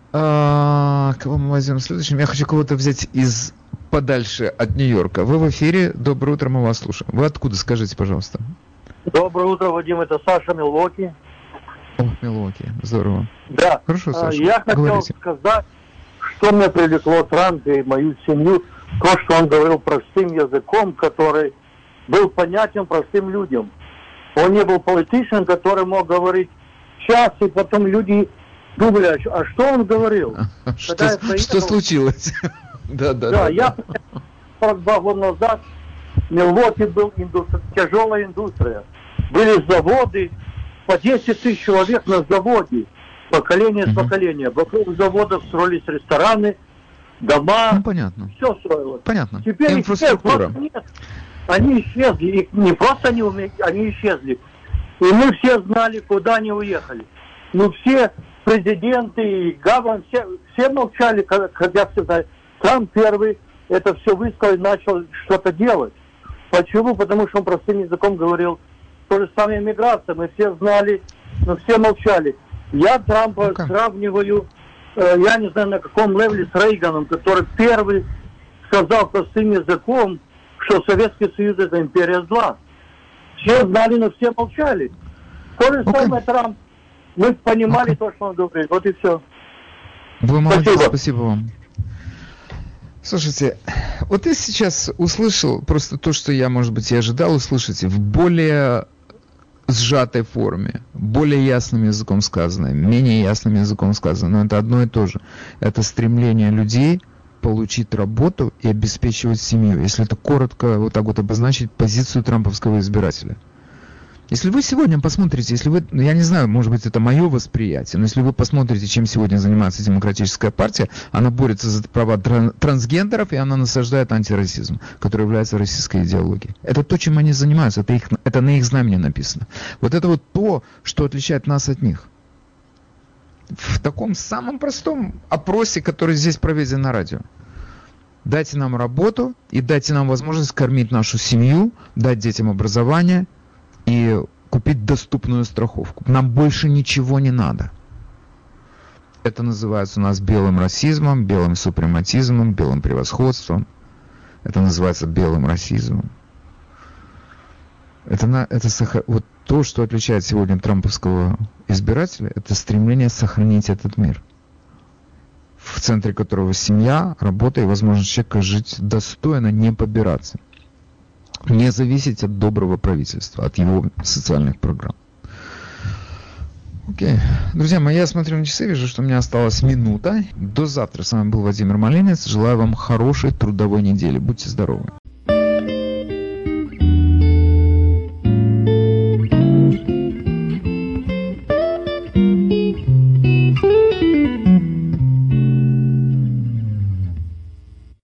Кого мы возьмем следующим? Я хочу кого-то взять из подальше от Нью-Йорка. Вы в эфире. Доброе утро, мы вас слушаем. Вы откуда, скажите, пожалуйста? Доброе утро, Вадим. Это Саша, Милуоки. О, Милуоки. Здорово. Да. Хорошо, Саша. Я хотел сказать, что мне привлекло Трампа и мою семью. То, что он говорил простым языком, который был понятен простым людям. Он не был политиком, который мог говорить час, и потом люди думали, а что он говорил? Что случилось? Да, я 42 года назад в Милуоки был тяжелая индустрия. Были заводы, по 10 тысяч человек на заводе, поколение с поколения. Вокруг заводов строились рестораны, дома, все строилось. Понятно. Теперь инфраструктура. Нет. Они исчезли, и не просто они исчезли. И мы все знали, куда они уехали. Ну, все президенты и Гаван, все молчали, когда сказали, Трамп первый это все высказал и начал что-то делать. Почему? Потому что он простым языком говорил. То же самое миграция. Мы все знали, но все молчали. Я Трампа сравниваю, я не знаю на каком левеле, с Рейганом, который первый сказал простым языком, что Советский Союз это империя зла. Все знали, но все молчали. То же самое Трамп. Мы понимали то, что он говорит. Вот и все. Вы молодец, спасибо вам. Слушайте, вот я сейчас услышал просто то, что я, может быть, и ожидал услышать в более сжатой форме, более ясным языком сказано, менее ясным языком сказано, но это одно и то же. Это стремление людей получить работу и обеспечивать семью. Если это коротко вот так вот обозначить позицию трамповского избирателя. Если вы сегодня посмотрите, если вы, я не знаю, может быть, это мое восприятие, но если вы посмотрите, чем сегодня занимается Демократическая партия, она борется за права трансгендеров, и она насаждает антирасизм, который является российской идеологией. Это то, чем они занимаются, это на их знамени написано. Вот это вот то, что отличает нас от них. В таком самом простом опросе, который здесь проведен на радио. Дайте нам работу и дайте нам возможность кормить нашу семью, дать детям образование и купить доступную страховку. Нам больше ничего не надо. Это называется у нас белым расизмом, белым супрематизмом, белым превосходством. Это называется белым расизмом. Вот то, что отличает сегодня трамповского избирателя, это стремление сохранить этот мир, в центре которого семья, работа и возможность человека жить достойно, не побираться. Не зависеть от доброго правительства, от его социальных программ. Окей. Друзья мои, я смотрю на часы, вижу, что у меня осталась минута. До завтра. С вами был Владимир Малинец. Желаю вам хорошей трудовой недели. Будьте здоровы.